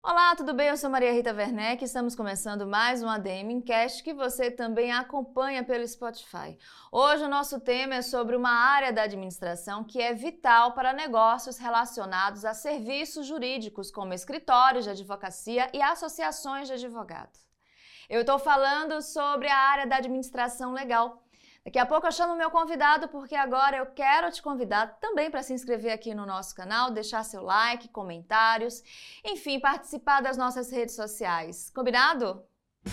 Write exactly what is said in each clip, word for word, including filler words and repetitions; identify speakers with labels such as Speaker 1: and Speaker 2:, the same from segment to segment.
Speaker 1: Olá, tudo bem? Eu sou Maria Rita Werneck e estamos começando mais um A D M Cast que você também acompanha pelo Spotify. Hoje o nosso tema é sobre uma área da administração que é vital para negócios relacionados a serviços jurídicos, como escritórios de advocacia e associações de advogados. Eu estou falando sobre a área da administração legal. Daqui a pouco eu chamo o meu convidado, porque agora eu quero te convidar também para se inscrever aqui no nosso canal, deixar seu like, comentários, enfim, participar das nossas redes sociais. Combinado?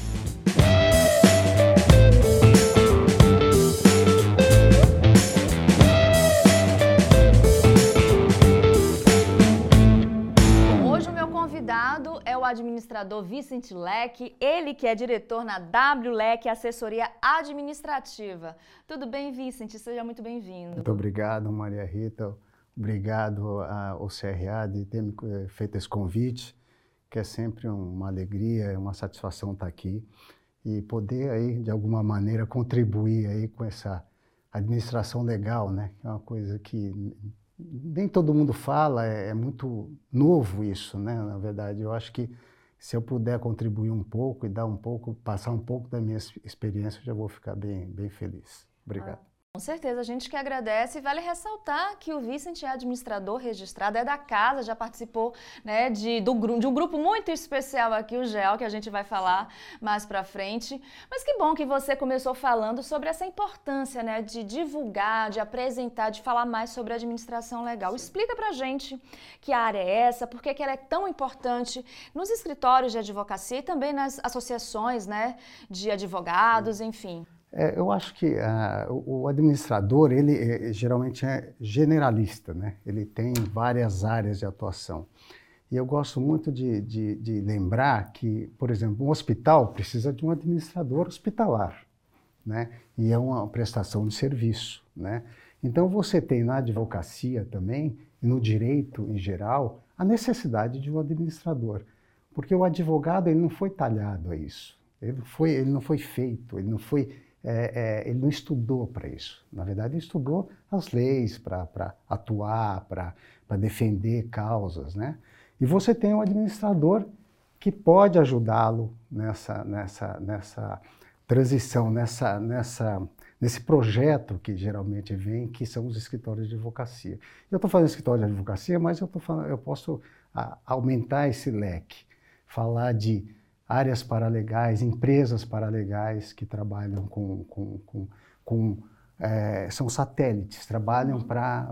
Speaker 1: Hoje o meu convidado é o administrador Vicente Leque, ele que é diretor na W Leque Assessoria Administrativa. Tudo bem, Vicente? Seja muito bem-vindo.
Speaker 2: Muito obrigado, Maria Rita. Obrigado ao C R A de ter me feito esse convite, que é sempre uma alegria, uma satisfação estar aqui e poder aí, de alguma maneira, contribuir aí com essa administração legal, né? É uma coisa que nem todo mundo fala, é, é muito novo isso, né? Na verdade, eu acho que se eu puder contribuir um pouco e dar um pouco, passar um pouco da minha experiência, eu já vou ficar bem, bem feliz. Obrigado.
Speaker 1: Ah. Com certeza, a gente que agradece, e vale ressaltar que o Vicente é administrador registrado, é da casa, já participou, né, de, do, de um grupo muito especial aqui, o G E L, que a gente vai falar mais pra frente. Mas que bom que você começou falando sobre essa importância, né, de divulgar, de apresentar, de falar mais sobre a administração legal. Explica pra gente que área é essa, por que ela é tão importante nos escritórios de advocacia e também nas associações, né, de advogados, enfim.
Speaker 2: É, eu acho que uh, o, o administrador, ele é, geralmente é generalista, né? Ele tem várias áreas de atuação. E eu gosto muito de, de, de lembrar que, por exemplo, um hospital precisa de um administrador hospitalar, né? E é uma prestação de serviço, né? Então você tem na advocacia também, e no direito em geral, a necessidade de um administrador. Porque o advogado, ele não foi talhado a isso. Ele, foi, ele não foi feito, ele não foi... É, é, ele não estudou para isso. Na verdade, ele estudou as leis para atuar, para defender causas, né? E você tem um administrador que pode ajudá-lo nessa, nessa, nessa transição, nessa, nessa, nesse projeto que geralmente vem, que são os escritórios de advocacia. Eu estou falando escritório de advocacia, mas eu, tô falando, eu posso a, aumentar esse leque, falar de áreas paralegais, empresas paralegais que trabalham com, com, com, com é, são satélites, trabalham para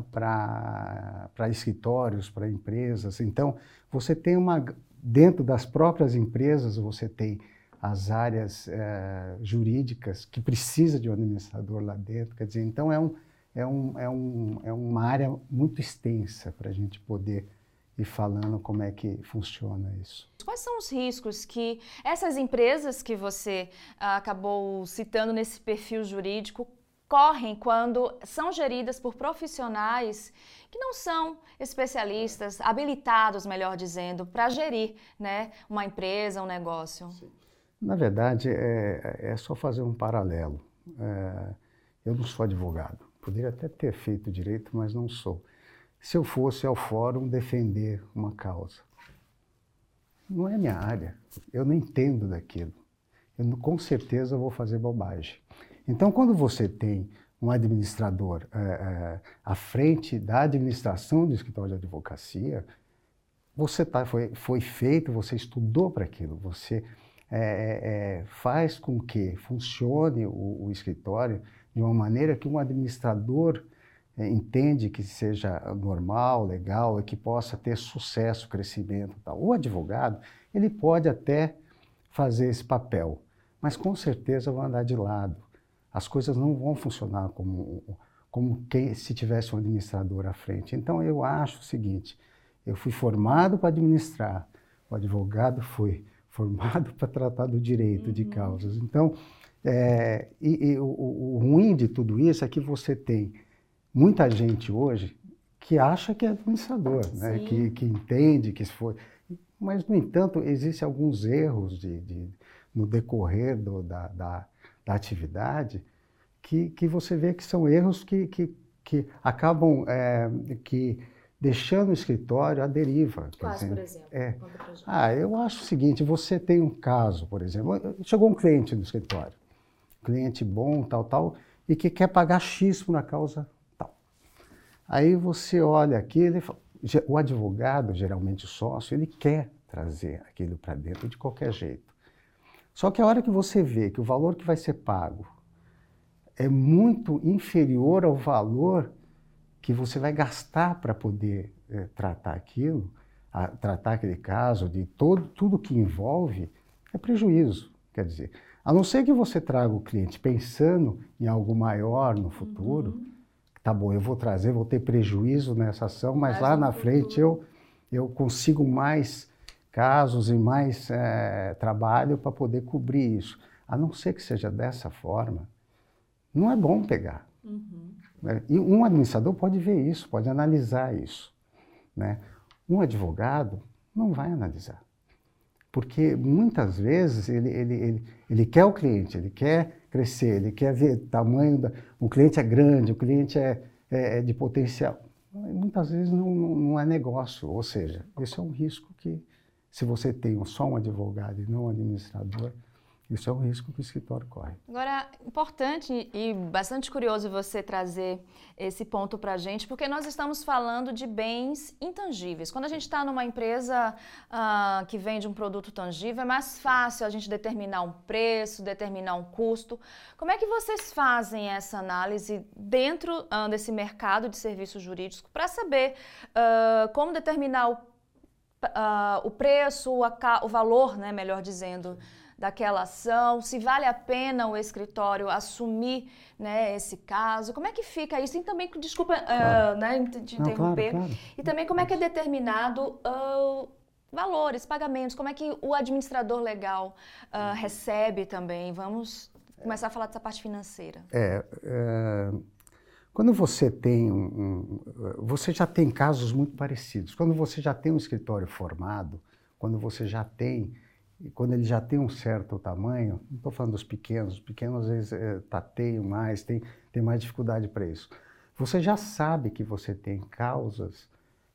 Speaker 2: para escritórios, para empresas. Então, você tem uma, dentro das próprias empresas, você tem as áreas é, jurídicas que precisa de um administrador lá dentro. Quer dizer, então é, um, é, um, é, um, é uma área muito extensa para a gente poder e falando como é que funciona isso.
Speaker 1: Quais são os riscos que essas empresas que você ah, acabou citando nesse perfil jurídico correm quando são geridas por profissionais que não são especialistas, habilitados, melhor dizendo, para gerir, né, uma empresa, um negócio?
Speaker 2: Sim. Na verdade, é, é só fazer um paralelo. É, eu não sou advogado, poderia até ter feito direito, mas não sou. Se eu fosse ao fórum defender uma causa, não é minha área, eu não entendo daquilo. Eu com certeza vou fazer bobagem. Então, quando você tem um administrador é, é, à frente da administração do escritório de advocacia, você tá, foi, foi feito, você estudou para aquilo, você é, é, faz com que funcione o, o escritório de uma maneira que um administrador entende que seja normal, legal e que possa ter sucesso, crescimento e tal. O advogado, ele pode até fazer esse papel, mas com certeza vai andar de lado. As coisas não vão funcionar como, como quem, se tivesse um administrador à frente. Então, eu acho o seguinte, eu fui formado para administrar, o advogado foi formado para tratar do direito, uhum, de causas. Então, é, e, e o, o ruim de tudo isso é que você tem muita gente hoje que acha que é administrador, né? que, que entende que foi. Mas, no entanto, existem alguns erros de, de, no decorrer do, da, da, da atividade que, que você vê que são erros que, que, que acabam, é, que deixando o escritório à deriva.
Speaker 1: Quais, por exemplo?
Speaker 2: É. Ah, eu acho o seguinte, você tem um caso, por exemplo, chegou um cliente no escritório, cliente bom, tal, tal, e que quer pagar X por uma causa tal. Aí você olha aquilo e fala, o advogado, geralmente o sócio, ele quer trazer aquilo para dentro de qualquer jeito. Só que a hora que você vê que o valor que vai ser pago é muito inferior ao valor que você vai gastar para poder é, tratar aquilo, a, tratar aquele caso, de todo, tudo que envolve, é prejuízo. Quer dizer, a não ser que você traga o cliente pensando em algo maior no futuro, uhum. Tá bom, eu vou trazer, vou ter prejuízo nessa ação, mas, mas lá na futuro... frente eu, eu consigo mais casos e mais é, trabalho para poder cobrir isso. A não ser que seja dessa forma, não é bom pegar. Uhum. Né? E um administrador pode ver isso, pode analisar isso. Né? Um advogado não vai analisar. Porque muitas vezes ele, ele, ele, ele quer o cliente, ele quer crescer, ele quer ver o tamanho, da, o cliente é grande, o cliente é, é, é de potencial. Muitas vezes não, não é negócio, ou seja, isso é um risco que, se você tem só um advogado e não um administrador, isso é um risco que o escritório corre.
Speaker 1: Agora, importante e bastante curioso você trazer esse ponto para a gente, porque nós estamos falando de bens intangíveis. Quando a gente está numa empresa uh, que vende um produto tangível, é mais fácil a gente determinar um preço, determinar um custo. Como é que vocês fazem essa análise dentro uh, desse mercado de serviços jurídicos para saber uh, como determinar o, uh, o preço, o, o valor, né, melhor dizendo, daquela ação, se vale a pena o escritório assumir, né, esse caso, como é que fica isso? E também, desculpa, claro. uh, né, te
Speaker 2: Não,
Speaker 1: interromper,
Speaker 2: claro, claro.
Speaker 1: E também como é que é determinado uh, valores, pagamentos, como é que o administrador legal uh, recebe também? Vamos começar a falar dessa parte financeira.
Speaker 2: É, é, quando você tem um, um, você já tem casos muito parecidos. Quando você já tem um escritório formado, quando você já tem E quando ele já tem um certo tamanho, não estou falando dos pequenos, os pequenos às vezes é, tateiam mais, tem, tem mais dificuldade para isso. Você já sabe que você tem causas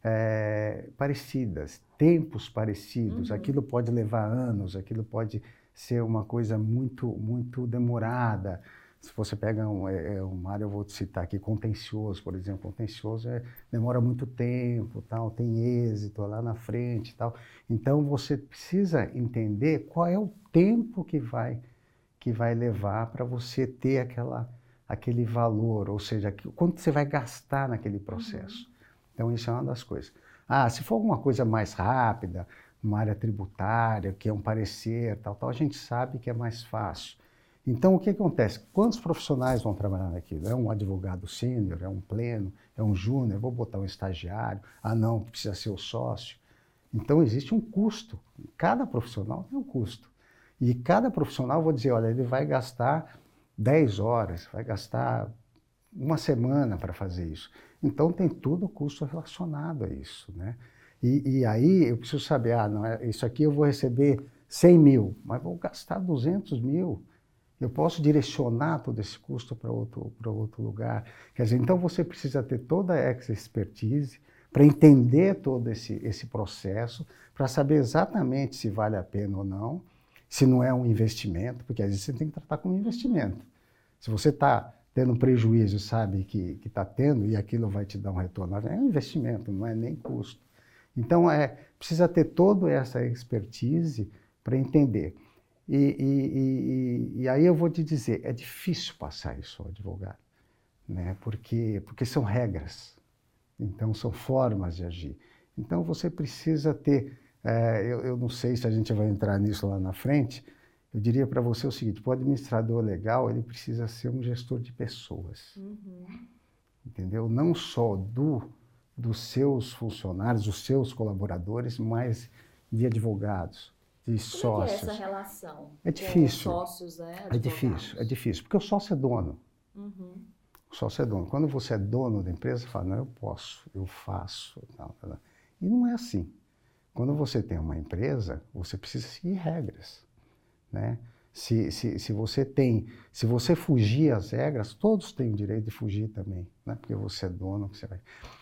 Speaker 2: é, parecidas, tempos parecidos, uhum. Aquilo pode levar anos, aquilo pode ser uma coisa muito, muito demorada. Se você pega um, é, uma área, eu vou te citar aqui, contencioso, por exemplo, contencioso é, demora muito tempo, tal, tem êxito lá na frente, tal. Então você precisa entender qual é o tempo que vai, que vai levar para você ter aquela, aquele valor, ou seja, quanto você vai gastar naquele processo. Uhum. Então isso é uma das coisas. Ah, se for alguma coisa mais rápida, uma área tributária, que é um parecer, tal, tal, a gente sabe que é mais fácil. Então, o que acontece? Quantos profissionais vão trabalhar naquilo? É um advogado sênior, é um pleno, é um júnior, vou botar um estagiário, ah não, precisa ser o sócio. Então, existe um custo. Cada profissional tem um custo. E cada profissional, vou dizer, olha, ele vai gastar dez horas, vai gastar uma semana para fazer isso. Então, tem todo o custo relacionado a isso, né? E, e aí, eu preciso saber, ah, não, é, isso aqui eu vou receber cem mil, mas vou gastar duzentos mil. Eu posso direcionar todo esse custo para outro, para outro lugar. Quer dizer, então você precisa ter toda essa expertise para entender todo esse, esse processo, para saber exatamente se vale a pena ou não, se não é um investimento, porque às vezes você tem que tratar como um investimento. Se você está tendo um prejuízo, sabe que está tendo, e aquilo vai te dar um retorno, é um investimento, não é nem custo. Então, é, precisa ter toda essa expertise para entender. E, e, e, e aí eu vou te dizer, é difícil passar isso ao advogado, né? Porque, porque são regras, então são formas de agir. Então você precisa ter, é, eu, eu não sei se a gente vai entrar nisso lá na frente, eu diria para você o seguinte, o administrador legal, ele precisa ser um gestor de pessoas, uhum. Entendeu? Não só do, dos seus funcionários, dos seus colaboradores, mas de advogados. De sócios.
Speaker 1: Como é que é essa relação?
Speaker 2: É difícil.
Speaker 1: Com sócios, né?
Speaker 2: É difícil, é difícil, porque o sócio é dono. Uhum. O sócio é dono. Quando você é dono da empresa, você fala, não, eu posso, eu faço. Tal, tal. E não é assim. Quando você tem uma empresa, você precisa seguir regras, né? Se, se, se você tem, se você fugir às regras, todos têm o direito de fugir também, né? Porque você é dono, você vai...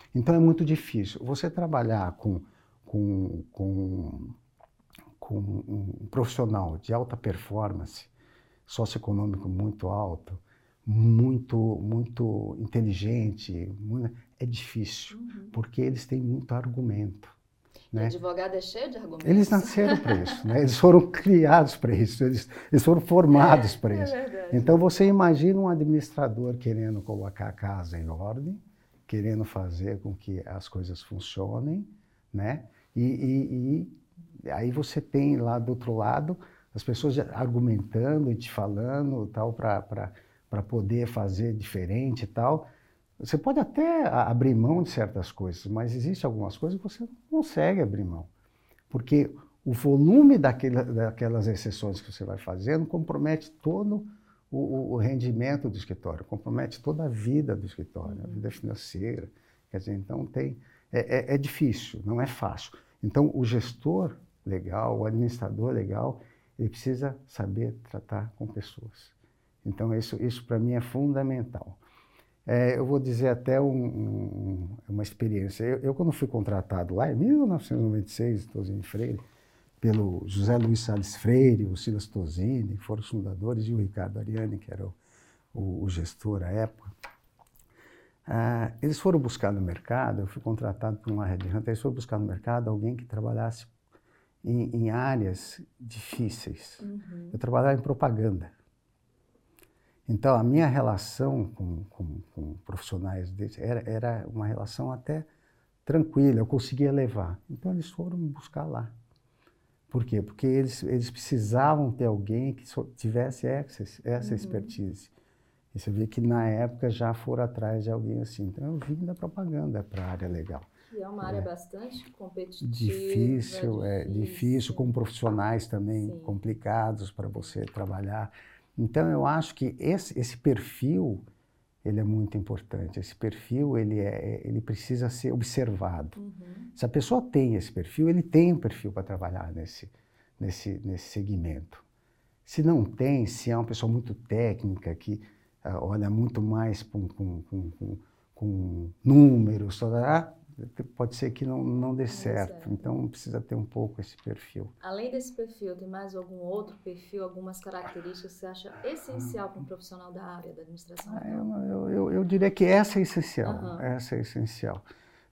Speaker 2: Então é muito difícil. Você trabalhar com, com, com, com um profissional de alta performance, socioeconômico muito alto, muito, muito inteligente, muito, é difícil, uhum. porque eles têm muito argumento. Né?
Speaker 1: E advogado é cheio de argumentos.
Speaker 2: Eles nasceram para isso, né? Eles foram criados para isso, eles, eles foram formados para isso.
Speaker 1: É verdade.
Speaker 2: Então você imagina um administrador querendo colocar a casa em ordem, querendo fazer com que as coisas funcionem, né? E, e, e aí você tem lá do outro lado as pessoas argumentando e te falando tal para para poder fazer diferente e tal. Você pode até abrir mão de certas coisas, mas existem algumas coisas que você não consegue abrir mão. Porque o volume daquela, daquelas exceções que você vai fazendo compromete todo o, o rendimento do escritório, compromete toda a vida do escritório, uhum. a vida financeira. Quer dizer, então tem, é, é, é difícil, não é fácil. Então o gestor legal, o administrador legal, ele precisa saber tratar com pessoas. Então isso, isso para mim é fundamental. É, eu vou dizer até um, um, uma experiência. Eu, eu, quando fui contratado lá em mil novecentos e noventa e seis, Tosini Freire, pelo José Luiz Salles Freire, o Silas Tosini, que foram os fundadores, e o Ricardo Ariani, que era o, o, o gestor à época, ah, eles foram buscar no mercado, eu fui contratado por uma Red Hunter, eles foram buscar no mercado alguém que trabalhasse em, em áreas difíceis. Uhum. Eu trabalhava em propaganda. Então, a minha relação com, com, com profissionais deles era, era uma relação até tranquila, eu conseguia levar. Então, eles foram me buscar lá. Por quê? Porque eles, eles precisavam ter alguém que tivesse essa, essa uhum. expertise. E você vê que, na época, já foram atrás de alguém assim. Então, eu vim da propaganda para a área legal.
Speaker 1: E é uma área é. bastante competitiva.
Speaker 2: Difícil, é difícil, é, difícil com profissionais também Sim. complicados para você trabalhar. Então, eu acho que esse, esse perfil, ele é muito importante. Esse perfil, ele, é, ele precisa ser observado. Uhum. Se a pessoa tem esse perfil, ele tem um perfil para trabalhar nesse, nesse, nesse segmento. Se não tem, se é uma pessoa muito técnica, que uh, olha muito mais com, com, com, com, com números, tá, pode ser que não, não dê certo. certo. Então, precisa ter um pouco esse perfil.
Speaker 1: Além desse perfil, tem mais algum outro perfil, algumas características que você acha essencial para um profissional da área da administração?
Speaker 2: Ah, eu, eu, eu diria que essa é essencial. Uhum. Essa é essencial.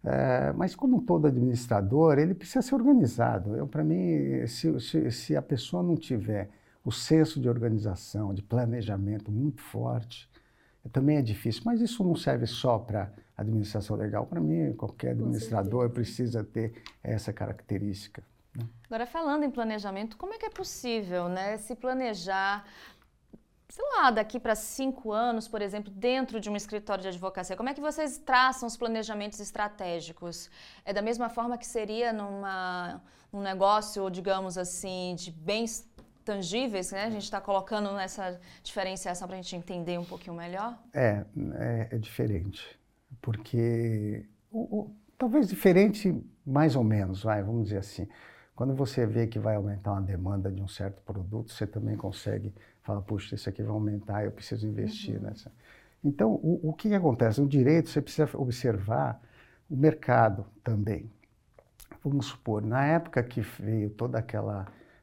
Speaker 2: É, mas, como todo administrador, ele precisa ser organizado. Para mim, se, se, se a pessoa não tiver o senso de organização, de planejamento muito forte, também é difícil. Mas isso não serve só para administração legal. Para mim, qualquer administrador precisa ter essa característica. Né?
Speaker 1: Agora, falando em planejamento, como é que é possível, né, se planejar, sei lá, daqui para cinco anos, por exemplo, dentro de um escritório de advocacia? Como é que vocês traçam os planejamentos estratégicos? É da mesma forma que seria numa, num negócio, digamos assim, de bens tangíveis, né? A gente está colocando nessa diferenciação para a gente entender um pouquinho melhor?
Speaker 2: É, é, é diferente. Porque, o, o, talvez diferente mais ou menos, vai, vamos dizer assim. Quando você vê que vai aumentar uma demanda de um certo produto, você também consegue falar, puxa, isso aqui vai aumentar, eu preciso investir uhum. nessa. Então, o, o que, que acontece? No direito, você precisa observar o mercado também. Vamos supor, na época que veio toda aquela,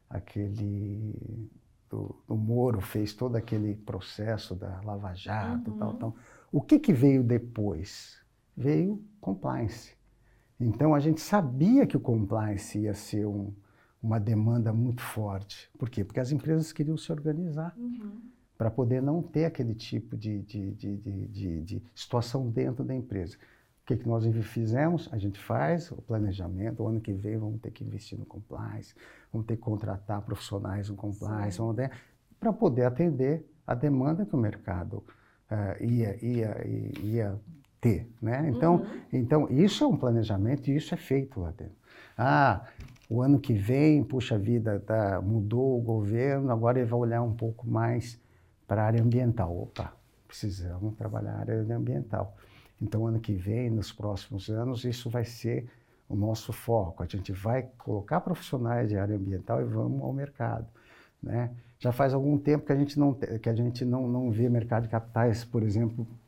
Speaker 2: aquele, do, o Moro fez todo aquele processo da Lava Jato, uhum. tal, tal. O que, que veio depois? Veio compliance. Então, a gente sabia que o compliance ia ser um, uma demanda muito forte. Por quê? Porque as empresas queriam se organizar uhum. para poder não ter aquele tipo de, de, de, de, de, de situação dentro da empresa. O que, que nós fizemos? A gente faz o planejamento. O ano que vem vamos ter que investir no compliance, vamos ter que contratar profissionais no compliance, para poder atender a demanda que o mercado Uh, ia, ia, ia, ia ter, né? Então, uhum. então, isso é um planejamento e isso é feito lá dentro. Ah, o ano que vem, puxa vida, tá, mudou o governo, agora ele vai olhar um pouco mais para a área ambiental. Opa, precisamos trabalhar a área ambiental. Então, ano que vem, nos próximos anos, isso vai ser o nosso foco. A gente vai colocar profissionais de área ambiental e vamos ao mercado, né? Já faz algum tempo que a gente não, que a gente não, não vê mercado de capitais, por exemplo,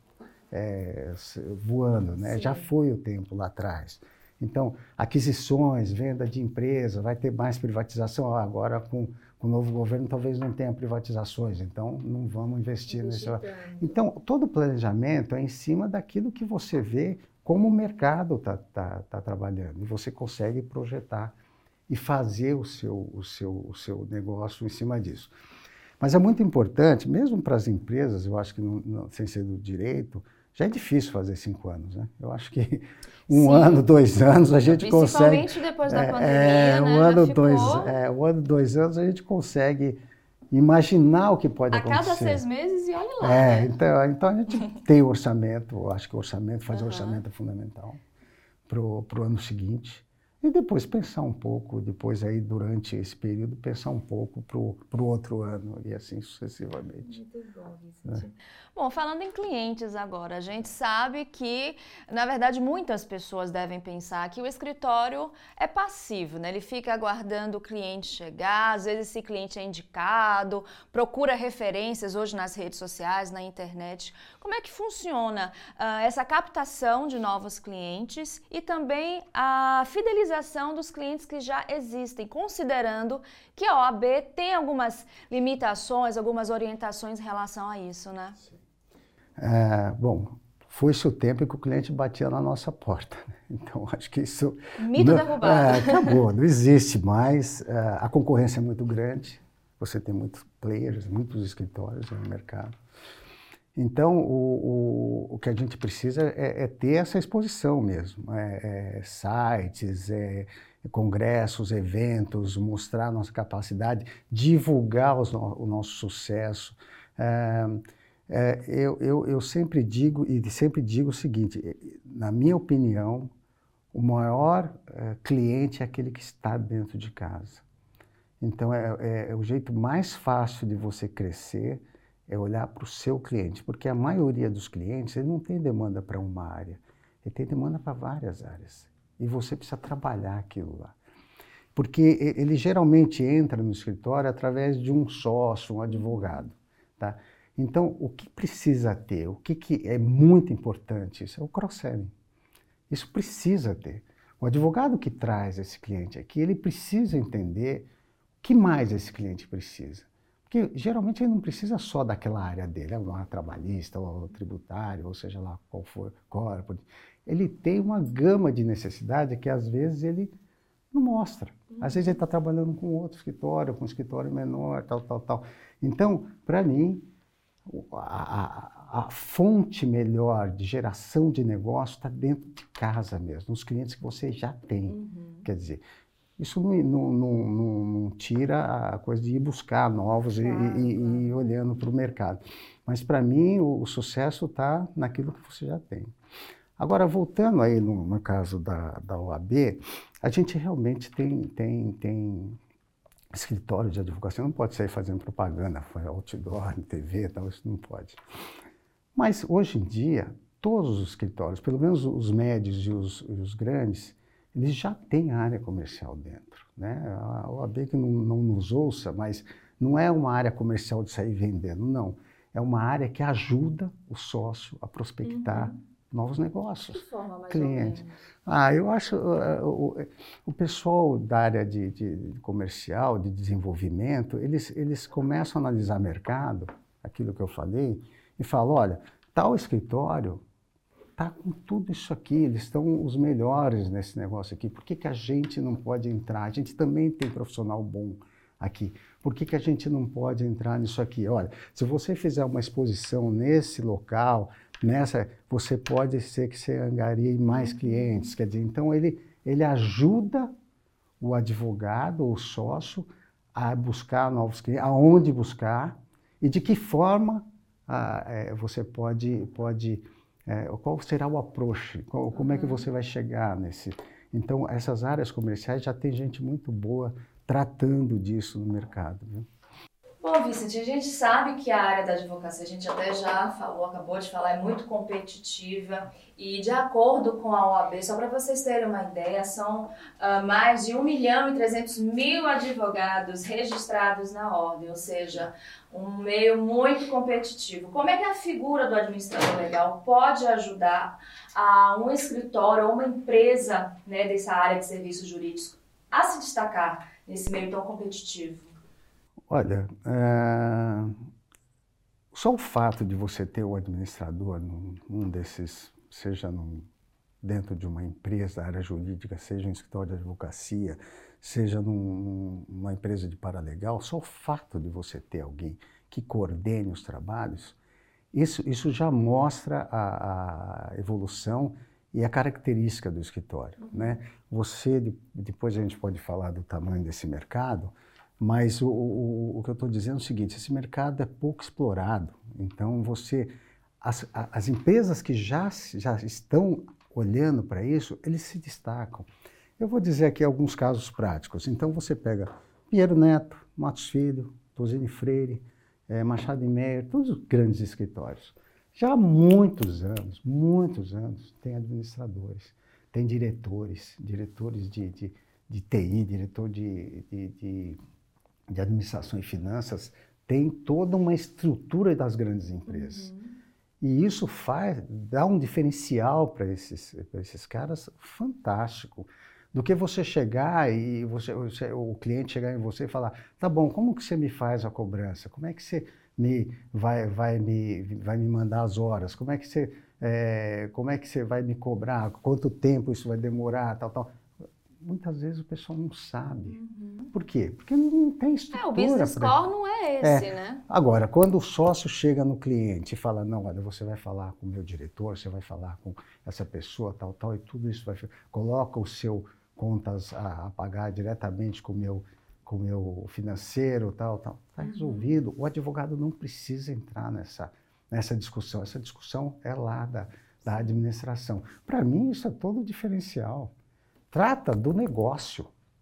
Speaker 2: é, voando, né? Já foi o tempo lá atrás. Então, aquisições, venda de empresas, vai ter mais privatização. Ah, agora, com, com o novo governo, talvez não tenha privatizações, então não vamos investir nesse... Então, todo o planejamento é em cima daquilo que você vê como o mercado está tá, tá trabalhando. E você consegue projetar e fazer o seu, o, seu, o seu negócio em cima disso. Mas é muito importante, mesmo para as empresas, eu acho que não, não, sem ser do direito, já é difícil fazer cinco anos, né? Eu acho que um Sim. ano, dois anos a gente consegue...
Speaker 1: Principalmente depois da
Speaker 2: é,
Speaker 1: pandemia,
Speaker 2: é,
Speaker 1: né?
Speaker 2: Um ano,
Speaker 1: ficou...
Speaker 2: dois, é, um ano, dois anos a gente consegue imaginar o que pode
Speaker 1: a
Speaker 2: acontecer.
Speaker 1: A cada seis meses e olha lá,
Speaker 2: é,
Speaker 1: né?
Speaker 2: Então, então a gente tem orçamento, eu acho que o orçamento, fazer
Speaker 1: uhum.
Speaker 2: orçamento é fundamental para o ano seguinte. E depois pensar um pouco, depois aí durante esse período, pensar um pouco para o outro ano e assim sucessivamente.
Speaker 1: Muito bom, Vicente. É. Bom, falando em clientes agora, a gente sabe que, na verdade, muitas pessoas devem pensar que o escritório é passivo, né? Ele fica aguardando o cliente chegar, às vezes esse cliente é indicado, procura referências hoje nas redes sociais, na internet. Como é que funciona uh, essa captação de novos clientes e também a fidelização dos clientes que já existem, considerando que a O A B tem algumas limitações, algumas orientações em relação a isso, né?
Speaker 2: É, bom, foi-se o tempo em que o cliente batia na nossa porta. Então, acho que isso...
Speaker 1: Mito
Speaker 2: não,
Speaker 1: derrubado.
Speaker 2: É, acabou, não existe mais. É, a concorrência é muito grande, você tem muitos players, muitos escritórios no mercado. Então, o, o, o que a gente precisa é, é ter essa exposição mesmo. É, é, sites, é, congressos, eventos, mostrar a nossa capacidade, divulgar os, o nosso sucesso. É, é, eu, eu, eu sempre digo, e sempre digo o seguinte, na minha opinião, o maior é, cliente é aquele que está dentro de casa. Então, é, é, é o jeito mais fácil de você crescer, é olhar para o seu cliente, porque a maioria dos clientes, ele não tem demanda para uma área, ele tem demanda para várias áreas. E você precisa trabalhar aquilo lá. Porque ele geralmente entra no escritório através de um sócio, um advogado, tá? Então, o que precisa ter, o que, que é muito importante, isso é o cross-selling. Isso precisa ter. O advogado que traz esse cliente aqui, ele precisa entender o que mais esse cliente precisa. Porque geralmente ele não precisa só daquela área dele, é uma trabalhista, ou tributário, ou seja lá qual for, corporate. Ele tem uma gama de necessidade que às vezes ele não mostra. Às vezes ele está trabalhando com outro escritório, com um escritório menor, tal, tal, tal. Então, para mim, a, a, a fonte melhor de geração de negócio está dentro de casa mesmo, nos clientes que você já tem. Uhum. Quer dizer, isso não, não, não, não, não tira a coisa de ir buscar novos claro, e, e, claro. e ir olhando para o mercado. Mas, para mim, o, o sucesso está naquilo que você já tem. Agora, voltando aí no, no caso da, da O A B, a gente realmente tem, tem, tem escritório de advocacia, não pode sair fazendo propaganda, outdoor, T V, tal, isso não pode. Mas, hoje em dia, todos os escritórios, pelo menos os médios e os, e os grandes, eles já têm área comercial dentro, né? A O A B que não, não nos ouça, mas não é uma área comercial de sair vendendo, não. É uma área que ajuda o sócio a prospectar uhum. novos negócios.
Speaker 1: De que forma, mais
Speaker 2: clientes.
Speaker 1: ou menos?
Speaker 2: Ah, eu acho uh, o, o pessoal da área de, de comercial, de desenvolvimento, eles, eles começam a analisar mercado, aquilo que eu falei, e falam, olha, tal escritório está com tudo isso aqui, eles estão os melhores nesse negócio aqui, por que, que a gente não pode entrar? A gente também tem profissional bom aqui, por que, que a gente não pode entrar nisso aqui? Olha, se você fizer uma exposição nesse local, nessa, você pode ser que você angarie mais clientes, quer dizer, então ele, ele ajuda o advogado, o sócio, a buscar novos clientes, aonde buscar e de que forma ah, é, você pode... pode É, qual será o approach? Qual, como é que você vai chegar nesse... Então, essas áreas comerciais já tem gente muito boa tratando disso no mercado. Né?
Speaker 1: Bom, Bom, Vicente, a gente sabe que a área da advocacia, a gente até já falou, acabou de falar, é muito competitiva e de acordo com a O A B, só para vocês terem uma ideia, são uh, mais de um milhão e trezentos mil advogados registrados na ordem, ou seja, um meio muito competitivo. Como é que a figura do administrador legal pode ajudar a um escritório ou uma empresa, né, dessa área de serviços jurídicos a se destacar nesse meio tão competitivo?
Speaker 2: Olha, é... só o fato de você ter o administrador num, num desses, seja num, dentro de uma empresa, área jurídica, seja um escritório de advocacia, seja num, numa empresa de paralegal, só o fato de você ter alguém que coordene os trabalhos, isso, isso já mostra a, a evolução e a característica do escritório, uhum. né? Você, depois a gente pode falar do tamanho desse mercado, mas o, o, o que eu estou dizendo é o seguinte, esse mercado é pouco explorado, então você, as, as empresas que já, já estão olhando para isso, eles se destacam. Eu vou dizer aqui alguns casos práticos, então você pega Pinheiro Neto, Matos Filho, Tosini Freire, é, Machado e Meyer, todos os grandes escritórios. Já há muitos anos, muitos anos, tem administradores, tem diretores, diretores de, de, de T I, diretor de, de, de de administração e finanças, tem toda uma estrutura das grandes empresas. Uhum. E isso faz, dá um diferencial para esses, para esses caras fantástico. Do que você chegar e você, você, o cliente chegar em você e falar, tá bom, como que você me faz a cobrança? Como é que você me, vai, vai, me, vai me mandar as horas? Como é, que você, é, como é que você vai me cobrar? Quanto tempo isso vai demorar? Tal, tal. Muitas vezes o pessoal não sabe. Uhum. Por quê? Porque não tem estrutura.
Speaker 1: É, o business
Speaker 2: pra...
Speaker 1: core não é esse,
Speaker 2: é.
Speaker 1: né?
Speaker 2: Agora, quando o sócio chega no cliente e fala, não, olha, você vai falar com o meu diretor, você vai falar com essa pessoa, tal, tal, e tudo isso vai... Coloca o seu contas a, a pagar diretamente com o meu, com o meu financeiro, tal, tal. Está uhum. resolvido. O advogado não precisa entrar nessa, nessa discussão. Essa discussão é lá da, da administração. Para mim, isso é todo diferencial. Trata do negócio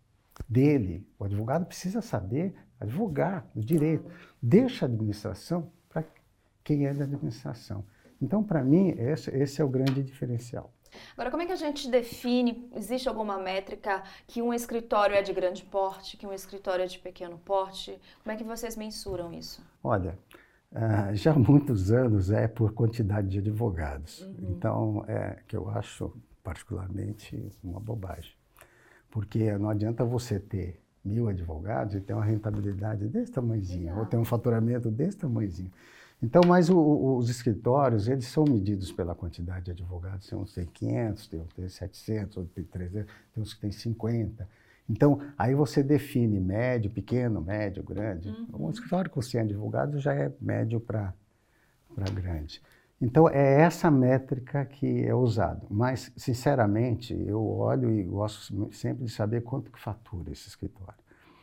Speaker 2: dele. O advogado precisa saber advogar o direito. Deixa a administração para quem é da administração. Então, para mim, esse, esse é o grande diferencial.
Speaker 1: Agora, como é que a gente define, existe alguma métrica que um escritório é de grande porte, que um escritório é de pequeno porte? Como é que vocês mensuram isso?
Speaker 2: Olha, uh, já há muitos anos é por quantidade de advogados. Uhum. Então, é que eu acho particularmente uma bobagem. Porque não adianta você ter mil advogados e ter uma rentabilidade desse tamanhozinho, Exato. Ou ter um faturamento desse tamanhozinho. Então, mas o, o, os escritórios, eles são medidos pela quantidade de advogados. Tem uns que tem quinhentos, tem uns que tem setecentos, outros que tem trezentos, tem uns que tem cinquenta. Então, aí você define médio, pequeno, médio, grande. Uhum. Um escritório com cem advogados já é médio para grande. Então, é essa métrica que é usada. Mas, sinceramente, eu olho e gosto sempre de saber quanto que fatura esse escritório.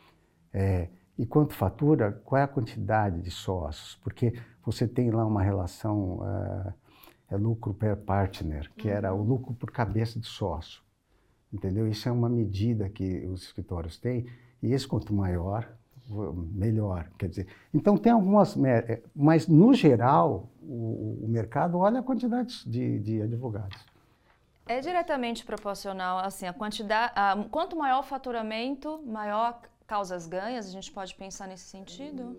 Speaker 2: É, e quanto fatura, qual é a quantidade de sócios? Porque você tem lá uma relação, uh, é lucro per partner, que uhum. era o lucro por cabeça de sócio. Entendeu? Isso é uma medida que os escritórios têm, e esse quanto maior, melhor. Quer dizer, então tem algumas, mas no geral, o, o mercado olha a quantidade de, de advogados.
Speaker 1: É diretamente proporcional, assim, a quantidade, a, quanto maior o faturamento, maior causas ganhas, a gente pode pensar nesse sentido?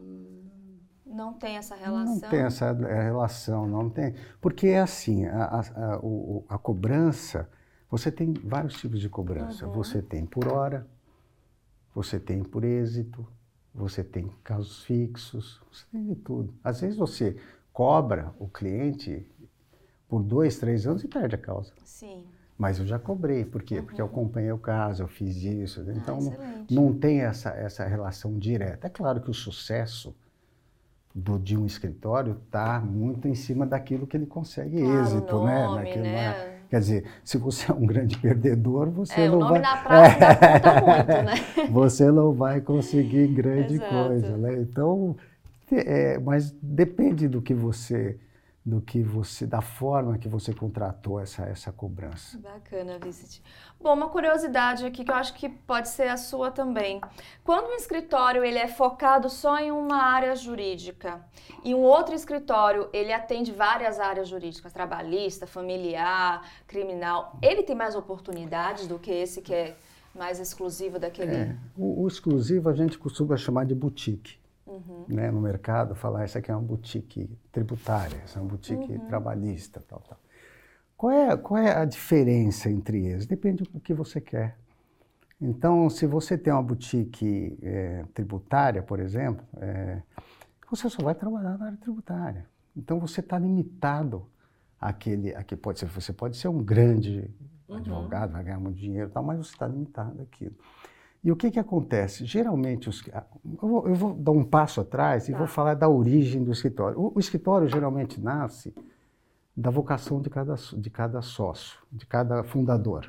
Speaker 1: Não tem essa relação?
Speaker 2: Não tem essa relação, não tem. Porque é assim, a, a, a, o, a cobrança, você tem vários tipos de cobrança. Uhum. Você tem por hora, você tem por êxito, você tem casos fixos, você tem de tudo. Às vezes você cobra o cliente por dois, três anos e perde a causa.
Speaker 1: Sim.
Speaker 2: Mas eu já cobrei. Por quê? Uhum. Porque eu acompanhei o caso, eu fiz isso. Então,
Speaker 1: ah,
Speaker 2: não, não tem essa, essa relação direta. É claro que o sucesso do, de um escritório está muito em cima daquilo que ele consegue
Speaker 1: claro,
Speaker 2: êxito,
Speaker 1: nome,
Speaker 2: né? Naquilo,
Speaker 1: né?
Speaker 2: Quer dizer, se você é um grande perdedor, você
Speaker 1: é,
Speaker 2: não vai...
Speaker 1: o nome vai... na praça é. Conta muito, né?
Speaker 2: Você não vai conseguir grande
Speaker 1: Exato.
Speaker 2: coisa, né? Então, é, mas depende do que você do que você, da forma que você contratou essa, essa cobrança.
Speaker 1: Bacana, Vicente. Bom, uma curiosidade aqui que eu acho que pode ser a sua também. Quando um escritório ele é focado só em uma área jurídica e um outro escritório ele atende várias áreas jurídicas, trabalhista, familiar, criminal, ele tem mais oportunidades do que esse que é mais exclusivo daquele?
Speaker 2: É, o, o exclusivo a gente costuma chamar de boutique. Uhum. Né, no mercado, falar isso aqui é uma boutique tributária, isso é uma boutique uhum. trabalhista, tal, tal. Qual é, qual é a diferença entre eles? Depende do que você quer. Então, se você tem uma boutique é, tributária, por exemplo, é, você só vai trabalhar na área tributária. Então, você está limitado àquele, àquele pode ser, você pode ser um grande uhum. advogado, vai ganhar muito dinheiro, tal, mas você está limitado àquilo. E o que que acontece? Geralmente, os, eu, vou, eu vou dar um passo atrás e tá. vou falar da origem do escritório. O, o escritório geralmente nasce da vocação de cada, de cada sócio, de cada fundador.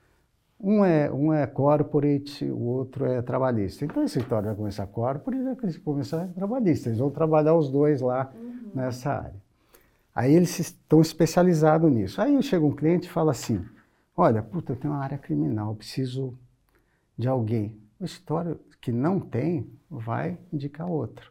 Speaker 2: Um é, um é corporate, o outro é trabalhista. Então, o escritório vai começar corporate e vai começar trabalhista. Eles vão trabalhar os dois lá uhum. nessa área. Aí eles estão especializados nisso. Aí chega um cliente e fala assim, olha, puta, eu tenho uma área criminal, eu preciso de alguém. O escritório que não tem vai indicar outro.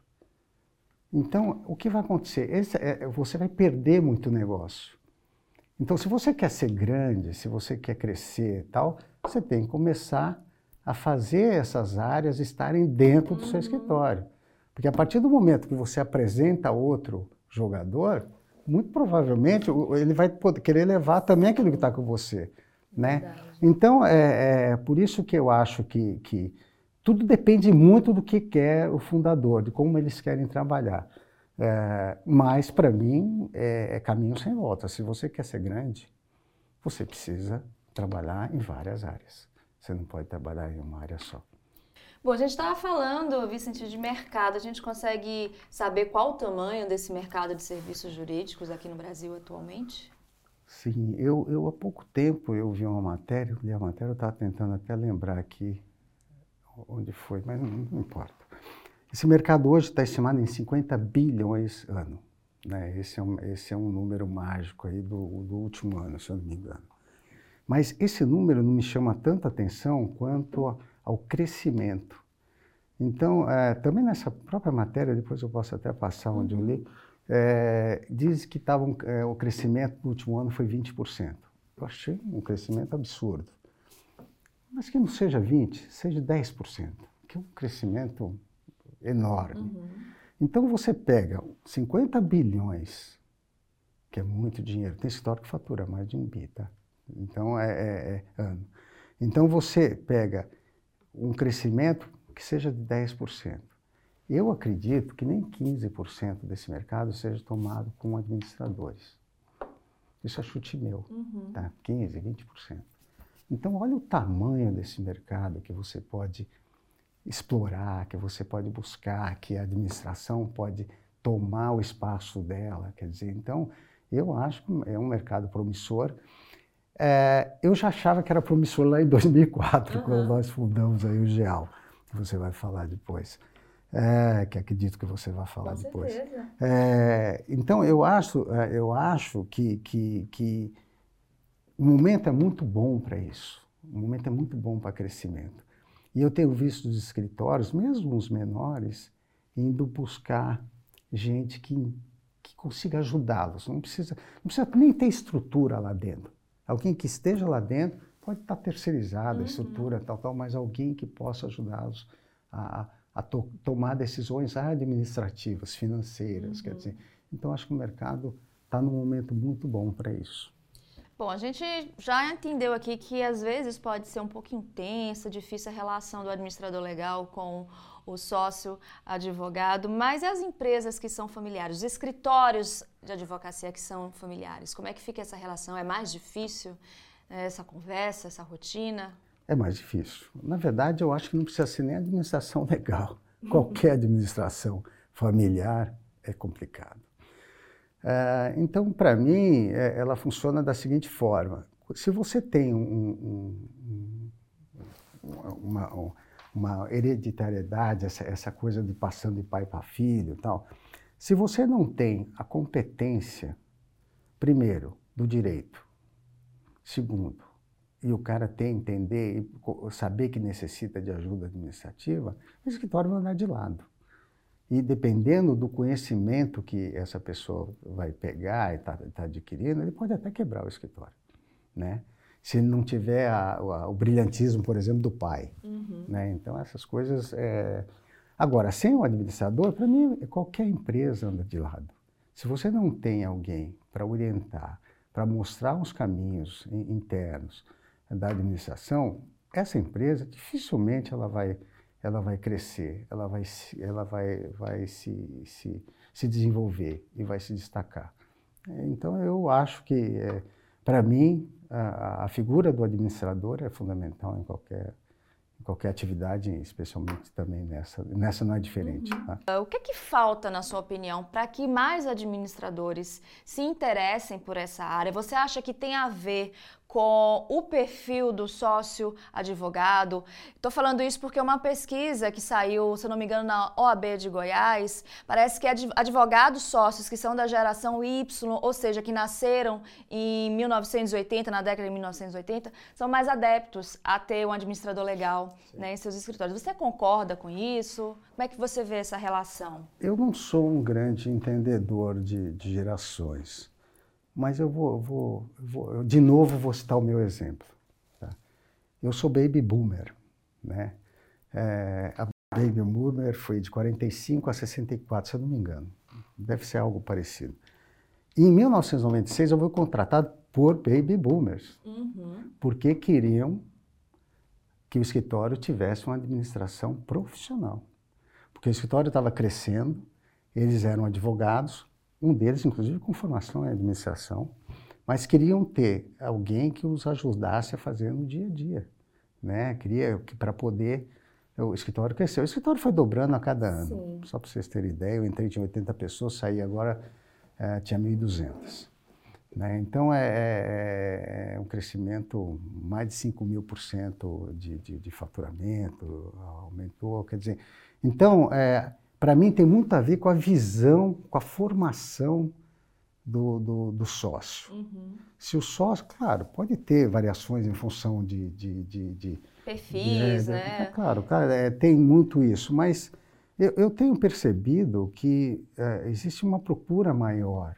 Speaker 2: Então, o que vai acontecer? Esse é, você vai perder muito negócio. Então, se você quer ser grande, se você quer crescer e tal, você tem que começar a fazer essas áreas estarem dentro do uhum. seu escritório. Porque a partir do momento que você apresenta outro jogador, muito provavelmente ele vai poder, querer levar também aquilo que está com você. Né? Então, é, é por isso que eu acho que, que tudo depende muito do que quer o fundador, de como eles querem trabalhar. É, mas, para mim, é, é caminho sem volta. Se você quer ser grande, você precisa trabalhar em várias áreas. Você não pode trabalhar em uma área só.
Speaker 1: Bom, a gente estava falando, Vicente, de mercado. A gente consegue saber qual o tamanho desse mercado de serviços jurídicos aqui no Brasil atualmente?
Speaker 2: Sim, eu, eu há pouco tempo eu vi uma matéria, eu li a matéria, eu estava tentando até lembrar aqui onde foi, mas não, não importa. Esse mercado hoje está estimado em cinquenta bilhões ano, né? Esse é um, esse é um número mágico aí do, do último ano, se eu não me engano. Mas esse número não me chama tanta atenção quanto a, ao crescimento. Então, é, também nessa própria matéria, depois eu posso até passar onde eu li, É, diz que tava, é, o crescimento no último ano foi vinte por cento. Eu achei um crescimento absurdo. Mas que não seja vinte por cento, seja dez por cento, que é um crescimento enorme. Uhum. Então você pega cinquenta bilhões, que é muito dinheiro, tem escritório que fatura mais de um bi, tá? Então é, é, é ano. Então você pega um crescimento que seja de dez por cento. Eu acredito que nem quinze por cento desse mercado seja tomado com administradores. Isso é chute meu, uhum. tá? quinze, vinte por cento. Então, olha o tamanho desse mercado que você pode explorar, que você pode buscar, que a administração pode tomar o espaço dela. Quer dizer, então, eu acho que é um mercado promissor. É, eu já achava que era promissor lá em dois mil e quatro, uhum. quando nós fundamos aí o GEAL, que você vai falar depois. É, que acredito que você vai falar
Speaker 1: Com
Speaker 2: depois.
Speaker 1: certeza.
Speaker 2: É, então, eu acho, eu acho que, que, que o momento é muito bom para isso. O momento é muito bom para crescimento. E eu tenho visto os escritórios, mesmo os menores, indo buscar gente que, que consiga ajudá-los. Não precisa, não precisa nem ter estrutura lá dentro. Alguém que esteja lá dentro pode estar terceirizado, uhum. a estrutura, tal, tal, mas alguém que possa ajudá-los a, a a to tomar decisões administrativas, financeiras, uhum. quer dizer. Então, acho que o mercado está num momento muito bom para isso.
Speaker 1: Bom, a gente já entendeu aqui que às vezes pode ser um pouco intensa, difícil a relação do administrador legal com o sócio advogado, mas e as empresas que são familiares, os escritórios de advocacia que são familiares, como é que fica essa relação? É mais difícil né, essa conversa, essa rotina?
Speaker 2: É mais difícil. Na verdade, eu acho que não precisa ser nem administração legal. Qualquer administração familiar é complicado. É, então, para mim, é, ela funciona da seguinte forma. Se você tem um, um, um, uma, uma hereditariedade, essa, essa coisa de passando de pai para filho e tal, se você não tem a competência primeiro, do direito. Segundo, e o cara tem que entender e saber que necessita de ajuda administrativa, o escritório vai andar de lado. E dependendo do conhecimento que essa pessoa vai pegar e está tá adquirindo, ele pode até quebrar o escritório, né? Se ele não tiver a, a, o brilhantismo, por exemplo, do pai. Uhum. Né? Então, essas coisas... É... Agora, sem o administrador, para mim, qualquer empresa anda de lado. Se você não tem alguém para orientar, para mostrar os caminhos internos da administração, essa empresa dificilmente ela vai, ela vai crescer, ela vai, ela vai, vai se, se, se desenvolver e vai se destacar. Então, eu acho que, é, para mim, a, a figura do administrador é fundamental em qualquer, em qualquer atividade, especialmente também nessa. Nessa não é diferente. Uhum.
Speaker 1: Tá? O que é que falta, na sua opinião, para que mais administradores se interessem por essa área? Você acha que tem a ver com o perfil do sócio advogado? Estou falando isso porque uma pesquisa que saiu, se eu não me engano, na O A B de Goiás, parece que advogados sócios que são da geração Y, ou seja, que nasceram em mil novecentos e oitenta, na década de mil novecentos e oitenta, são mais adeptos a ter um administrador legal, né, em seus escritórios. Você concorda com isso? Como é que você vê essa relação?
Speaker 2: Eu não sou um grande entendedor de, de gerações. Mas eu vou, vou, vou, de novo, vou citar o meu exemplo. Tá? Eu sou baby boomer, né? É, a baby boomer foi de quarenta e cinco a sessenta e quatro, se eu não me engano. Deve ser algo parecido. E em mil novecentos e noventa e seis eu fui contratado por baby boomers, uhum. porque queriam que o escritório tivesse uma administração profissional. Porque o escritório estava crescendo, eles eram advogados, um deles, inclusive, com formação em administração, mas queriam ter alguém que os ajudasse a fazer no dia a dia, né? Queria que, para poder, o escritório cresceu. O escritório foi dobrando a cada ano. Sim. Só para vocês terem ideia, eu entrei, tinha oitenta pessoas, saí agora, é, tinha mil e duzentas. Né? Então, é, é, é um crescimento mais de cinco mil por cento de, de, de faturamento, aumentou, quer dizer... Então, é, para mim, tem muito a ver com a visão, com a formação do, do, do sócio. Uhum. Se o sócio, claro, pode ter variações em função de... de, de, de
Speaker 1: perfis,
Speaker 2: de, é,
Speaker 1: né?
Speaker 2: É, claro, cara, é, tem muito isso, mas eu, eu tenho percebido que é, existe uma procura maior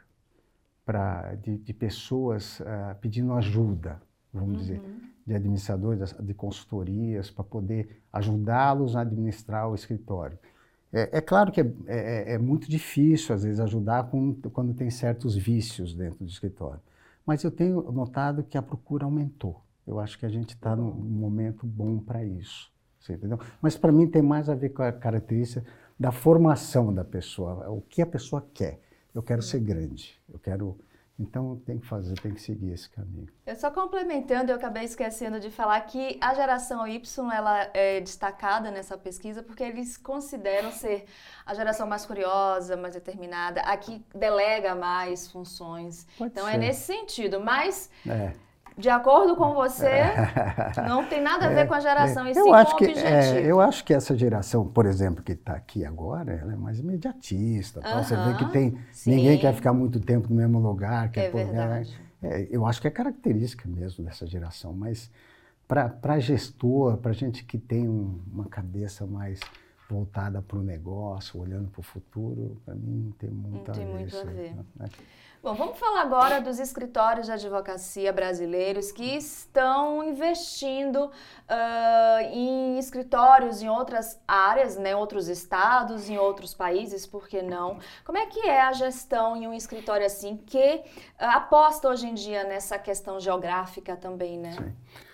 Speaker 2: pra, de, de pessoas uh, pedindo ajuda, vamos uhum. dizer, de administradores, de consultorias, para poder ajudá-los a administrar o escritório. É, é claro que é, é, é muito difícil, às vezes, ajudar com, quando tem certos vícios dentro do escritório. Mas eu tenho notado que a procura aumentou. Eu acho que a gente está num momento bom para isso. Você entendeu? Mas, para mim, tem mais a ver com a característica da formação da pessoa. O que a pessoa quer. Eu quero ser grande. Eu quero... Então, tem que fazer, tem que seguir esse caminho.
Speaker 1: Eu só complementando, eu acabei esquecendo de falar que a geração Y, ela é destacada nessa pesquisa porque eles consideram ser a geração mais curiosa, mais determinada, a que delega mais funções. Pode então, ser. É nesse sentido, mas... É. De acordo com você, não tem nada a ver com a geração, é, e sim com o objetivo.
Speaker 2: É, eu acho que essa geração, por exemplo, que está aqui agora, ela é mais imediatista. Uh-huh, você vê que tem, ninguém quer ficar muito tempo no mesmo lugar. Quer
Speaker 1: é poder, verdade.
Speaker 2: É, eu acho que é característica mesmo dessa geração, mas para gestor, para gente que tem um, uma cabeça mais voltada para o negócio, olhando para o futuro, para mim não tem muito
Speaker 1: não
Speaker 2: a
Speaker 1: tem
Speaker 2: ver.
Speaker 1: Muito a ver.
Speaker 2: Né?
Speaker 1: Bom, vamos falar agora dos escritórios de advocacia brasileiros que estão investindo uh, em escritórios em outras áreas, né, outros estados, em outros países, por que não? Como é que é a gestão em um escritório assim que uh, aposta hoje em dia nessa questão geográfica também, né?
Speaker 2: Sim.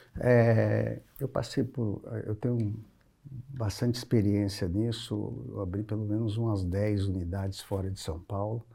Speaker 2: É, eu passei por... Eu tenho bastante experiência nisso, eu abri pelo menos umas dez unidades fora de São Paulo.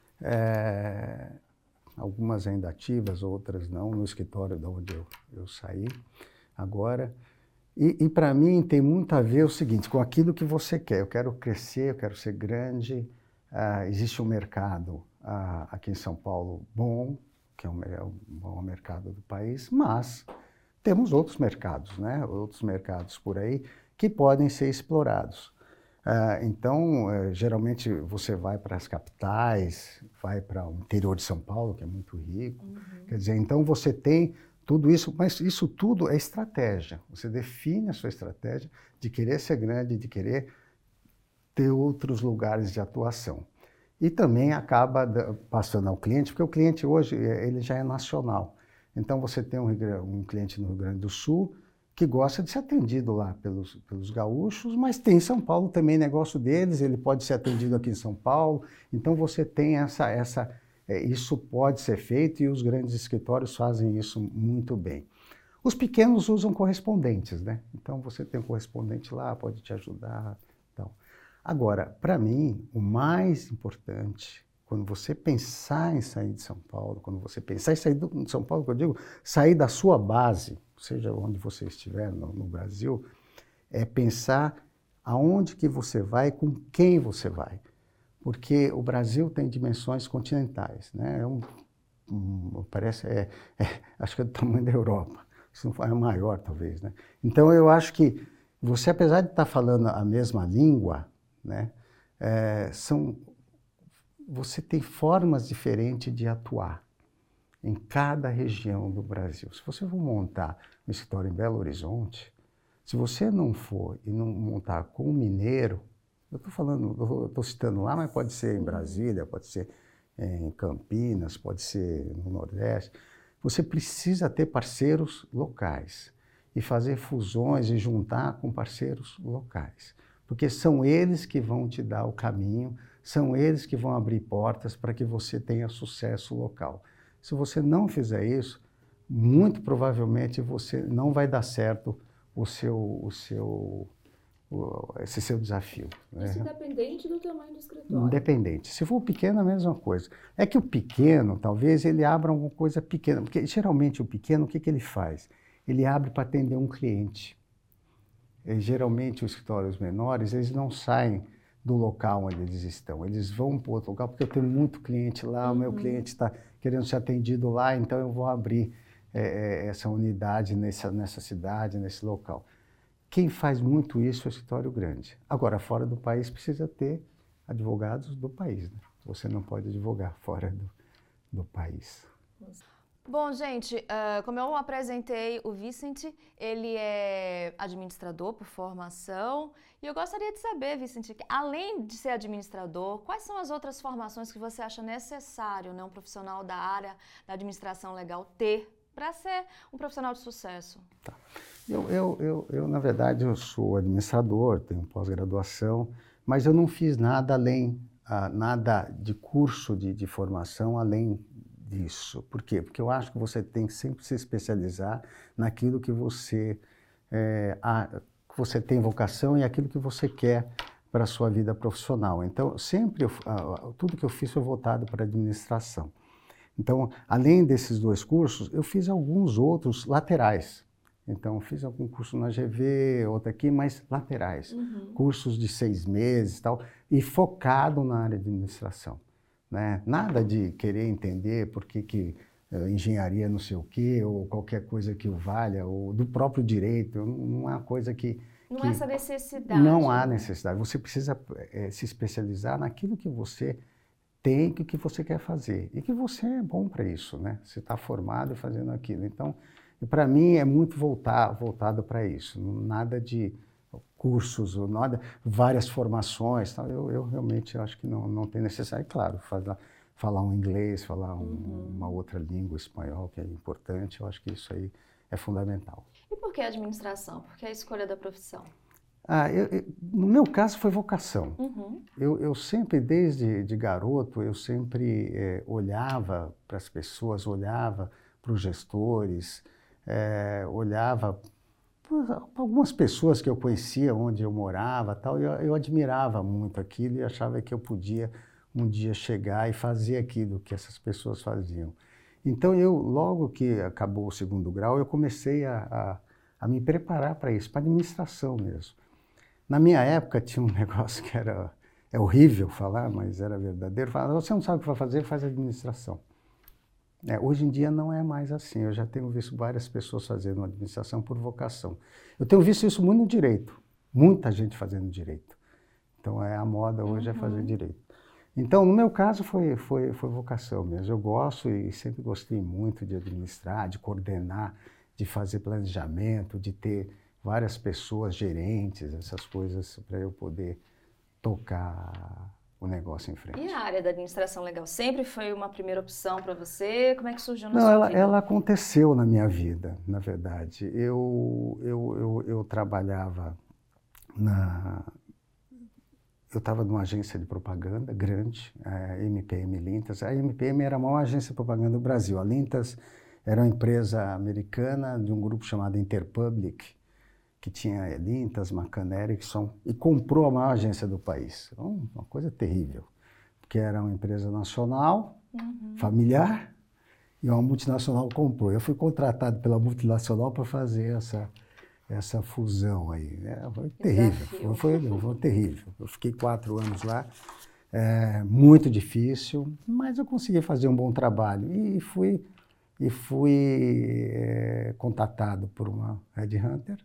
Speaker 2: É, algumas ainda ativas, outras não, no escritório de onde eu, eu saí agora. E, e para mim tem muito a ver o seguinte, com aquilo que você quer. Eu quero crescer, eu quero ser grande. Uh, existe um mercado uh, aqui em São Paulo bom, que é o, é o maior mercado do país, mas temos outros mercados, né? Outros mercados por aí que podem ser explorados. Uh, então, uh, geralmente você vai para as capitais, vai para o interior de São Paulo, que é muito rico. Uhum. Quer dizer, então você tem tudo isso, mas isso tudo é estratégia. Você define a sua estratégia de querer ser grande, de querer ter outros lugares de atuação. E também acaba passando ao cliente, porque o cliente hoje ele já é nacional. Então você tem um, um cliente no Rio Grande do Sul que gosta de ser atendido lá pelos, pelos gaúchos, mas tem em São Paulo também negócio deles, ele pode ser atendido aqui em São Paulo. Então você tem essa, essa é, isso pode ser feito e os grandes escritórios fazem isso muito bem. Os pequenos usam correspondentes, né? Então você tem um correspondente lá, pode te ajudar. Então. Agora, para mim, o mais importante, quando você pensar em sair de São Paulo, quando você pensar em sair de São Paulo, que eu digo, sair da sua base, seja onde você estiver no, no Brasil, é pensar aonde que você vai, com quem você vai. Porque o Brasil tem dimensões continentais, né? É um, um, parece, é, é, acho que é do tamanho da Europa, se não for, é maior talvez, né? Então eu acho que você, apesar de estar falando a mesma língua, né, é, são, você tem formas diferentes de atuar em cada região do Brasil. Se você for montar um escritório em Belo Horizonte, se você não for e não montar com um mineiro, eu estou falando, eu estou citando lá, mas pode ser em Brasília, pode ser em Campinas, pode ser no Nordeste, você precisa ter parceiros locais e fazer fusões e juntar com parceiros locais. Porque são eles que vão te dar o caminho, são eles que vão abrir portas para que você tenha sucesso local. Se você não fizer isso, muito provavelmente você não vai dar certo o seu, o seu, o, esse seu desafio.
Speaker 1: Isso
Speaker 2: né?
Speaker 1: Independente do tamanho do escritório.
Speaker 2: Independente. Se for pequeno, a mesma coisa. É que o pequeno, talvez ele abra alguma coisa pequena, porque geralmente o pequeno, o que, que ele faz? Ele abre para atender um cliente. E, geralmente os escritórios menores, eles não saem do local onde eles estão, eles vão para outro local, porque eu tenho muito cliente lá, uhum. o meu cliente está querendo ser atendido lá, então eu vou abrir é, essa unidade nessa, nessa cidade, nesse local. Quem faz muito isso é o escritório grande. Agora, fora do país, precisa ter advogados do país, né? Você não pode advogar fora do, do país.
Speaker 1: Bom, gente, uh, como eu apresentei o Vicente, ele é administrador por formação e eu gostaria de saber, Vicente, que além de ser administrador, quais são as outras formações que você acha necessário, né, um profissional da área da administração legal ter para ser um profissional de sucesso?
Speaker 2: Tá. Eu, eu, eu, eu, na verdade, eu sou administrador, tenho pós-graduação, mas eu não fiz nada além, uh, nada de curso de, de formação além disso. Por quê? Porque eu acho que você tem que sempre se especializar naquilo que você, é, a, que você tem vocação e aquilo que você quer para a sua vida profissional. Então, sempre, eu, a, tudo que eu fiz foi voltado para a administração. Então, além desses dois cursos, eu fiz alguns outros laterais. Então, fiz algum curso na G V, outro aqui, mas laterais. Uhum. Cursos de seis meses e tal, e focado na área de administração. Né? Nada de querer entender por que, que uh, engenharia não sei o quê, ou qualquer coisa que o valha, ou do próprio direito, não é uma coisa que...
Speaker 1: Não
Speaker 2: que
Speaker 1: há essa necessidade.
Speaker 2: Não há necessidade. Você precisa é, se especializar naquilo que você tem, que, que você quer fazer. E que você é bom para isso, né? Você está formado fazendo aquilo. Então, para mim, é muito voltar, voltado para isso. Nada de cursos, ou nada, várias formações, tal. Eu, eu realmente acho que não, não tem necessidade. Claro, falar, falar um inglês, falar um, uhum. uma outra língua, espanhol, que é importante, eu acho que isso aí é fundamental.
Speaker 1: E por que a administração? Por que a escolha da profissão?
Speaker 2: Ah, eu, eu, no meu caso foi vocação.
Speaker 1: Uhum.
Speaker 2: Eu, eu sempre, desde de garoto, eu sempre é, olhava para as pessoas, olhava para os gestores, é, olhava algumas pessoas que eu conhecia, onde eu morava, tal, eu, eu admirava muito aquilo e achava que eu podia um dia chegar e fazer aquilo que essas pessoas faziam. Então, eu, logo que acabou o segundo grau, eu comecei a, a, a me preparar para isso, para administração mesmo. Na minha época, tinha um negócio que era é horrível falar, mas era verdadeiro. Falava, você não sabe o que vai fazer, faz administração. É, hoje em dia não é mais assim. Eu já tenho visto várias pessoas fazendo administração por vocação. Eu tenho visto isso muito no direito. Muita gente fazendo direito. Então, é, a moda hoje uhum. é fazer direito. Então, no meu caso, foi, foi, foi vocação mesmo. Eu gosto e sempre gostei muito de administrar, de coordenar, de fazer planejamento, de ter várias pessoas, gerentes, essas coisas, para eu poder tocar o negócio em frente.
Speaker 1: E a área da administração legal sempre foi uma primeira opção para você? Como é que surgiu na
Speaker 2: Não,
Speaker 1: sua
Speaker 2: ela,
Speaker 1: vida?
Speaker 2: ela aconteceu na minha vida, na verdade. Eu, eu, eu, eu trabalhava na... Eu estava numa agência de propaganda grande, a M P M Lintas. A M P M era a maior agência de propaganda do Brasil. A Lintas era uma empresa americana de um grupo chamado Interpublic, que tinha Lintas, McCann Erickson, e comprou a maior agência do país. Então, uma coisa terrível, porque era uma empresa nacional, uhum. familiar, e uma multinacional comprou. Eu fui contratado pela multinacional para fazer essa, essa fusão aí. É, foi terrível, foi, foi, foi terrível. Eu fiquei quatro anos lá, é, muito difícil, mas eu consegui fazer um bom trabalho. E fui, e fui é, contatado por uma headhunter,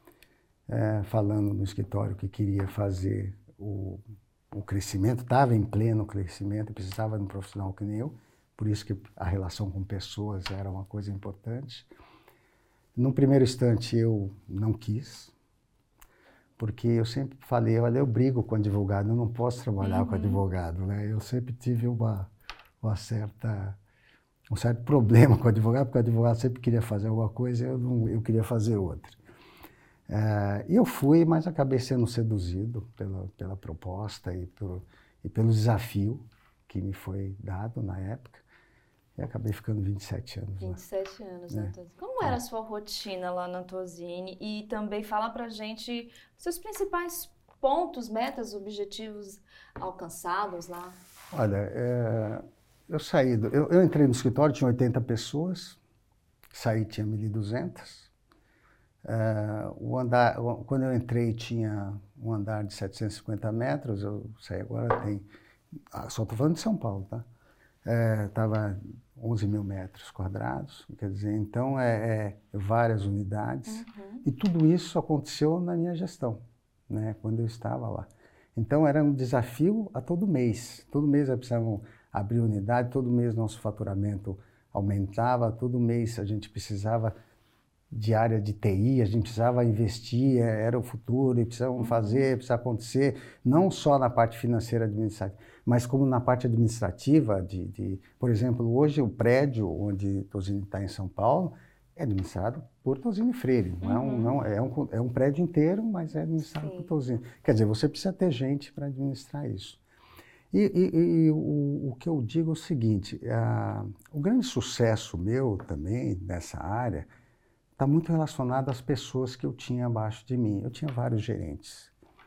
Speaker 2: É, falando no escritório que queria fazer o, o crescimento, estava em pleno crescimento, precisava de um profissional que nem eu, por isso que a relação com pessoas era uma coisa importante. Num primeiro instante eu não quis, porque eu sempre falei, olha, eu brigo com advogado, eu não posso trabalhar uhum. com advogado, né? Eu sempre tive uma, uma certa, um certo problema com o advogado, porque o advogado sempre queria fazer alguma coisa e eu, não, eu queria fazer outra. Uh, eu fui, mas acabei sendo seduzido pela, pela proposta e pelo, e pelo desafio que me foi dado na época. E acabei ficando vinte e sete anos lá.
Speaker 1: vinte e sete anos na é. Tozini. Como era a sua rotina lá na Tozini? E também fala pra gente seus principais pontos, metas, objetivos alcançados lá.
Speaker 2: Olha, é, eu saí, do, eu, eu entrei no escritório, tinha oitenta pessoas, saí, tinha mil e duzentas. Uh, o andar, quando eu entrei tinha um andar de setecentos e cinquenta metros, eu saí agora tem, ah, só estou falando de São Paulo, tá? Estava uh, onze mil metros quadrados, quer dizer, então é, é várias unidades, uhum. e tudo isso aconteceu na minha gestão, né, quando eu estava lá. Então era um desafio a todo mês, todo mês nós precisávamos abrir unidade, todo mês nosso faturamento aumentava, todo mês a gente precisava de área de T I, a gente precisava investir, era o futuro, e precisávamos fazer, precisava acontecer, não só na parte financeira administrativa, mas como na parte administrativa, de, de por exemplo, hoje o prédio onde Tozini está em São Paulo é administrado por Tozini Freire, não, uhum. é, um, não é, um, é um prédio inteiro, mas é administrado Sim. por Tozini. Quer dizer, você precisa ter gente para administrar isso. E, e, e o, o que eu digo é o seguinte, a, o grande sucesso meu também nessa área está muito relacionado às pessoas que eu tinha abaixo de mim. Eu tinha vários gerentes,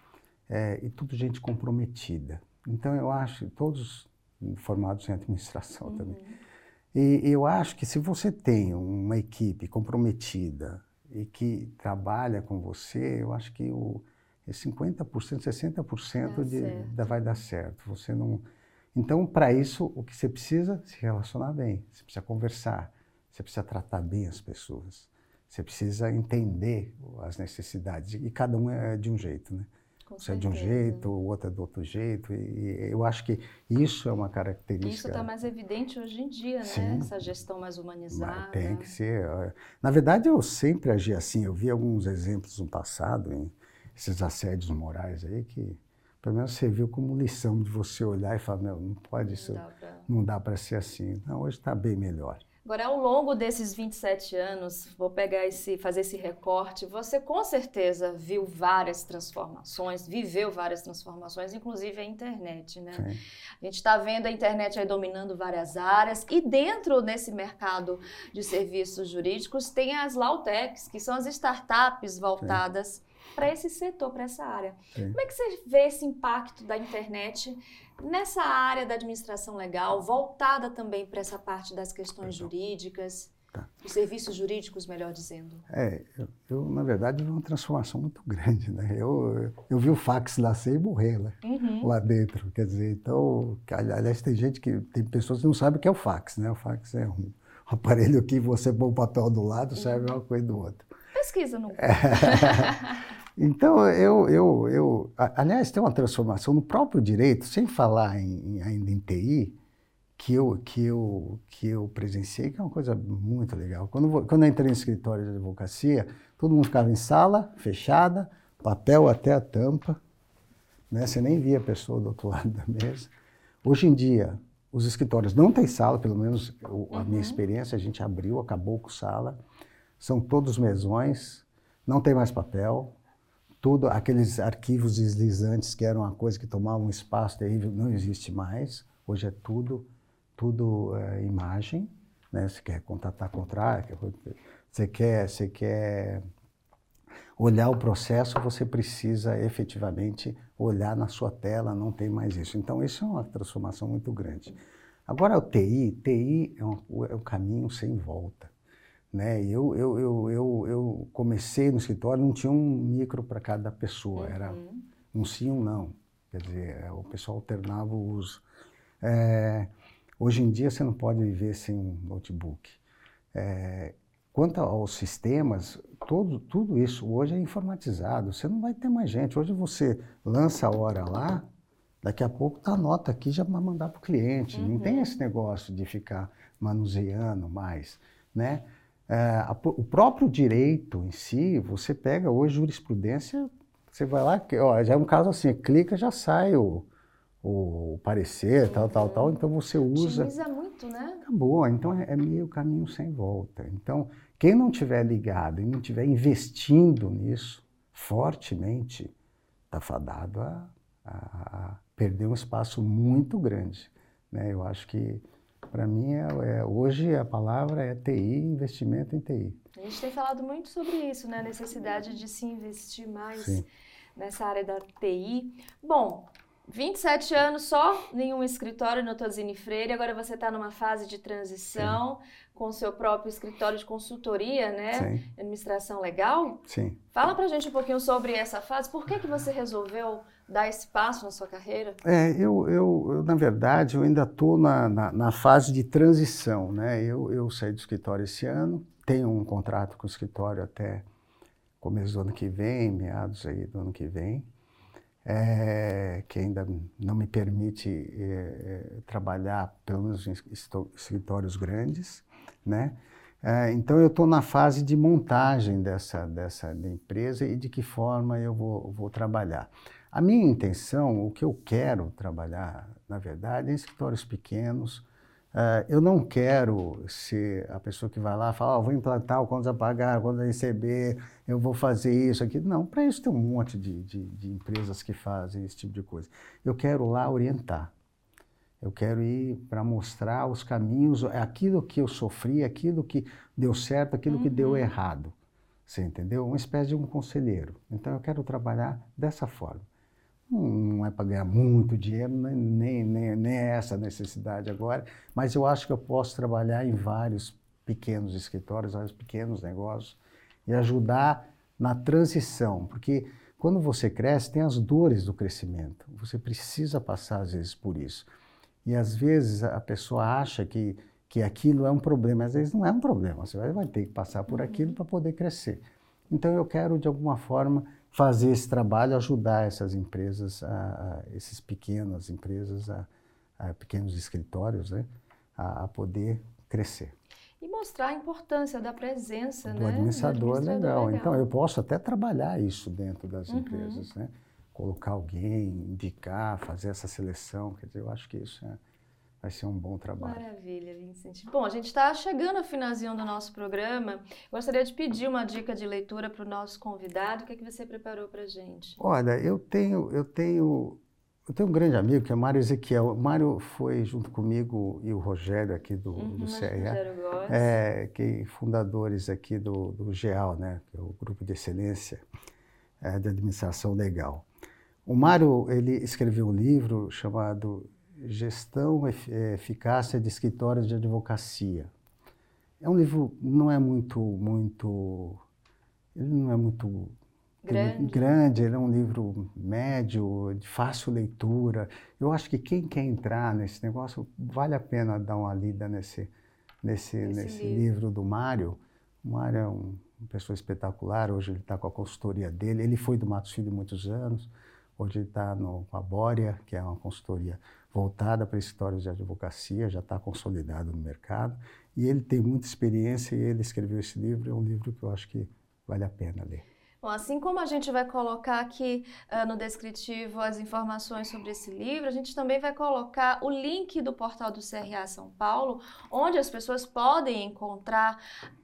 Speaker 2: é, e tudo gente comprometida. Então, eu acho, todos formados em administração uhum. também. E eu acho que se você tem uma equipe comprometida e que trabalha com você, eu acho que o, cinquenta por cento, sessenta por cento de, de, vai dar certo. Você não... Então, para isso, o que você precisa? Se relacionar bem, você precisa conversar, você precisa tratar bem as pessoas. Você precisa entender as necessidades, e cada um é de um jeito, né? Com Você certeza. É de um jeito, o outro é do outro jeito, e eu acho que isso é uma característica...
Speaker 1: Isso está mais evidente hoje em dia,
Speaker 2: Sim,
Speaker 1: né? Essa gestão mais humanizada.
Speaker 2: Mas tem que ser. Na verdade, eu sempre agi assim, eu vi alguns exemplos no passado, em esses assédios morais aí, que pelo menos serviu como lição de você olhar e falar, meu, não pode isso, não dá para ser assim. Não, hoje está bem melhor.
Speaker 1: Agora, ao longo desses vinte e sete anos, vou pegar esse, fazer esse recorte, você com certeza viu várias transformações, viveu várias transformações, inclusive a internet, né?
Speaker 2: Sim.
Speaker 1: A gente está vendo a internet aí dominando várias áreas, e dentro desse mercado de serviços jurídicos tem as Lautechs, que são as startups voltadas para esse setor, para essa área. Sim. Como é que você vê esse impacto da internet nessa área da administração legal, voltada também para essa parte das questões Perdão. jurídicas, tá. dos serviços jurídicos, melhor dizendo?
Speaker 2: É, eu, eu, na verdade, vi uma transformação muito grande, né? Eu, eu vi o fax nascer e morrer, né? Uhum. Lá dentro, quer dizer, então, aliás, tem gente que, tem pessoas que não sabem o que é o fax, né? O fax é um aparelho que você põe o papel do lado, serve uhum. uma coisa do outro.
Speaker 1: Pesquisa no Google.
Speaker 2: É. Então, eu, eu, eu, aliás, tem uma transformação no próprio direito, sem falar em, em, ainda em T I, que eu, que, eu, que eu presenciei, que é uma coisa muito legal. Quando, quando eu entrei no escritório de advocacia, todo mundo ficava em sala, fechada, papel até a tampa, né? Você nem via a pessoa do outro lado da mesa. Hoje em dia, os escritórios não têm sala, pelo menos a uhum. minha experiência, a gente abriu, acabou com sala, são todos mesões, não tem mais papel, tudo, aqueles arquivos deslizantes que eram uma coisa que tomava um espaço terrível, não existe mais, hoje é tudo, tudo é, imagem, né? Você quer contatar contrário, você quer, você quer olhar o processo, você precisa efetivamente olhar na sua tela, não tem mais isso. Então, isso é uma transformação muito grande. Agora, o T I, T I é um, é um caminho sem volta. Né? Eu, eu, eu, eu, eu comecei no escritório, não tinha um micro para cada pessoa, era uhum. um sim um não. Quer dizer, o pessoal alternava o uso. É, hoje em dia, você não pode viver sem um notebook. É, quanto aos sistemas, todo, tudo isso hoje é informatizado, você não vai ter mais gente. Hoje você lança a hora lá, daqui a pouco tá a nota aqui já vai mandar para o cliente. Uhum. Não tem esse negócio de ficar manuseando mais, né? É, a, o próprio direito em si, você pega hoje jurisprudência, você vai lá, ó, já é um caso assim, clica, já sai o, o parecer, uhum. tal, tal, tal, então você usa...
Speaker 1: Otimiza muito, né?
Speaker 2: Acabou, então é, é meio caminho sem volta. Então, quem não estiver ligado e não estiver investindo nisso fortemente, está fadado a, a, a perder um espaço muito grande, né? Eu acho que para mim, é, é, hoje a palavra é T I, investimento em T I.
Speaker 1: A gente tem falado muito sobre isso, né? A necessidade de se investir mais Sim. nessa área da T I. Bom, vinte e sete anos só em um escritório no Tozini Freire, agora você está numa fase de transição Sim. com o seu próprio escritório de consultoria, né? Sim. Administração legal.
Speaker 2: Sim.
Speaker 1: Fala pra gente um pouquinho sobre essa fase, por que que você resolveu dar esse passo na sua carreira?
Speaker 2: É, eu, eu, eu na verdade, eu ainda estou na, na, na fase de transição, né? Eu, eu saí do escritório esse ano, tenho um contrato com o escritório até começo do ano que vem, meados aí do ano que vem, é, que ainda não me permite é, trabalhar, pelo menos em escritórios grandes, né? É, então eu estou na fase de montagem dessa, dessa da empresa e de que forma eu vou, vou trabalhar. A minha intenção, o que eu quero trabalhar, na verdade, é em escritórios pequenos. Uh, eu não quero ser a pessoa que vai lá e fala, oh, vou implantar o contas a pagar, contas a receber, eu vou fazer isso, aquilo. Não, para isso tem um monte de, de, de empresas que fazem esse tipo de coisa. Eu quero lá orientar. Eu quero ir para mostrar os caminhos, aquilo que eu sofri, aquilo que deu certo, aquilo uhum. que deu errado. Você entendeu? Uma espécie de um conselheiro. Então eu quero trabalhar dessa forma. Não é para ganhar muito dinheiro, nem, nem, nem é essa a necessidade agora, mas eu acho que eu posso trabalhar em vários pequenos escritórios, vários pequenos negócios e ajudar na transição, porque quando você cresce, tem as dores do crescimento, você precisa passar às vezes por isso. E às vezes a pessoa acha que, que aquilo é um problema, às vezes não é um problema, você vai, vai ter que passar por aquilo para poder crescer. Então eu quero, de alguma forma, fazer esse trabalho, ajudar essas empresas, a, a, esses pequenas empresas, a, a pequenos escritórios, né, a, a poder crescer.
Speaker 1: E mostrar a importância da presença,
Speaker 2: do
Speaker 1: né?
Speaker 2: administrador,
Speaker 1: do administrador
Speaker 2: legal.
Speaker 1: legal.
Speaker 2: Então, eu posso até trabalhar isso dentro das
Speaker 1: uhum.
Speaker 2: empresas, né? Colocar alguém, indicar, fazer essa seleção, quer dizer, eu acho que isso é, vai ser um bom trabalho.
Speaker 1: Maravilha, Vincent. Bom, a gente está chegando ao finalzinho do nosso programa. Gostaria de pedir uma dica de leitura para o nosso convidado. O que é que você preparou para a gente?
Speaker 2: Olha, eu tenho, eu tenho, eu tenho um grande amigo que é o Mário Ezequiel. O Mário foi junto comigo e o Rogério aqui do,
Speaker 1: uhum,
Speaker 2: do C R A,
Speaker 1: Rogério Góes.
Speaker 2: é, que fundadores aqui do, do GEAL, né, que é o Grupo de Excelência é, de Administração Legal. O Mário, ele escreveu um livro chamado Gestão Eficácia de Escritórios de Advocacia. É um livro, não é muito, muito, ele não é muito
Speaker 1: grande.
Speaker 2: grande, ele é um livro médio, de fácil leitura. Eu acho que quem quer entrar nesse negócio, vale a pena dar uma lida nesse, nesse, nesse livro. livro do Mário. O Mário é um, uma pessoa espetacular, hoje ele está com a consultoria dele, ele foi do Matos Filho muitos anos, hoje ele está com a Bória, que é uma consultoria voltada para escritórios de advocacia, já está consolidado no mercado, e ele tem muita experiência e ele escreveu esse livro, é um livro que eu acho que vale a pena ler.
Speaker 1: Bom, assim como a gente vai colocar aqui uh, no descritivo as informações sobre esse livro, a gente também vai colocar o link do portal do C R A São Paulo, onde as pessoas podem encontrar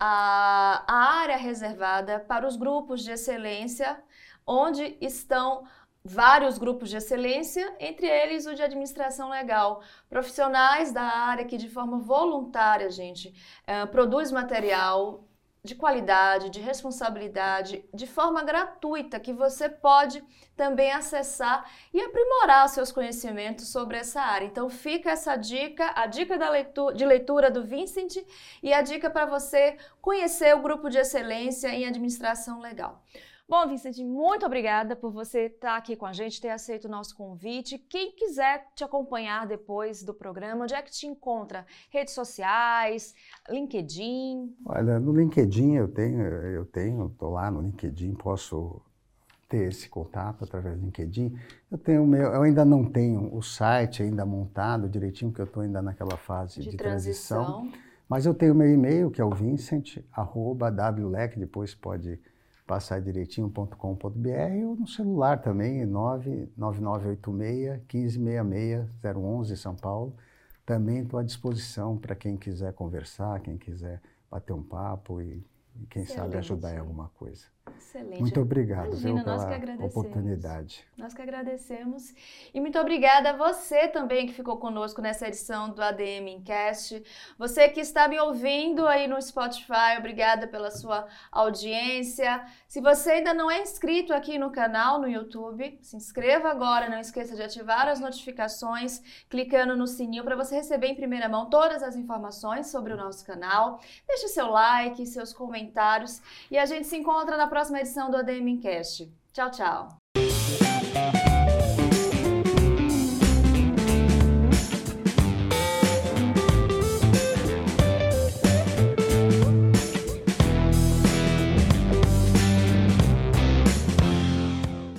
Speaker 1: a, a área reservada para os grupos de excelência, onde estão vários grupos de excelência, entre eles o de administração legal. Profissionais da área que de forma voluntária, gente, uh, produz material de qualidade, de responsabilidade, de forma gratuita, que você pode também acessar e aprimorar seus conhecimentos sobre essa área. Então fica essa dica, a dica da leitura, de leitura do Vincent e a dica para você conhecer o grupo de excelência em administração legal. Bom, Vincent, muito obrigada por você estar aqui com a gente, ter aceito o nosso convite. Quem quiser te acompanhar depois do programa, onde é que te encontra? Redes sociais, LinkedIn?
Speaker 2: Olha, no LinkedIn eu tenho, eu tenho, estou lá no LinkedIn, posso ter esse contato através do LinkedIn. Eu tenho meu, eu ainda não tenho o site ainda montado direitinho, porque eu estou ainda naquela fase de, de transição. transição. Mas eu tenho meu e-mail, que é o vincent arroba w l e c, depois pode passar direitinho ponto com ponto b r, ou no celular também, nove nove nove oito seis, um cinco seis seis, zero um um, São Paulo. Também estou à disposição para quem quiser conversar, quem quiser bater um papo e, e quem Excelente. sabe ajudar em alguma coisa.
Speaker 1: Excelente.
Speaker 2: Muito obrigado,
Speaker 1: Imagina,
Speaker 2: viu, pela
Speaker 1: nós que agradecemos.
Speaker 2: oportunidade.
Speaker 1: Nós que agradecemos. E muito obrigada a você também que ficou conosco nessa edição do A D M Incast. Você que está me ouvindo aí no Spotify, obrigada pela sua audiência. Se você ainda não é inscrito aqui no canal, no YouTube, se inscreva agora, não esqueça de ativar as notificações, clicando no sininho para você receber em primeira mão todas as informações sobre o nosso canal. Deixe seu like, seus comentários e a gente se encontra na próxima edição do A D M Incast. Tchau, tchau!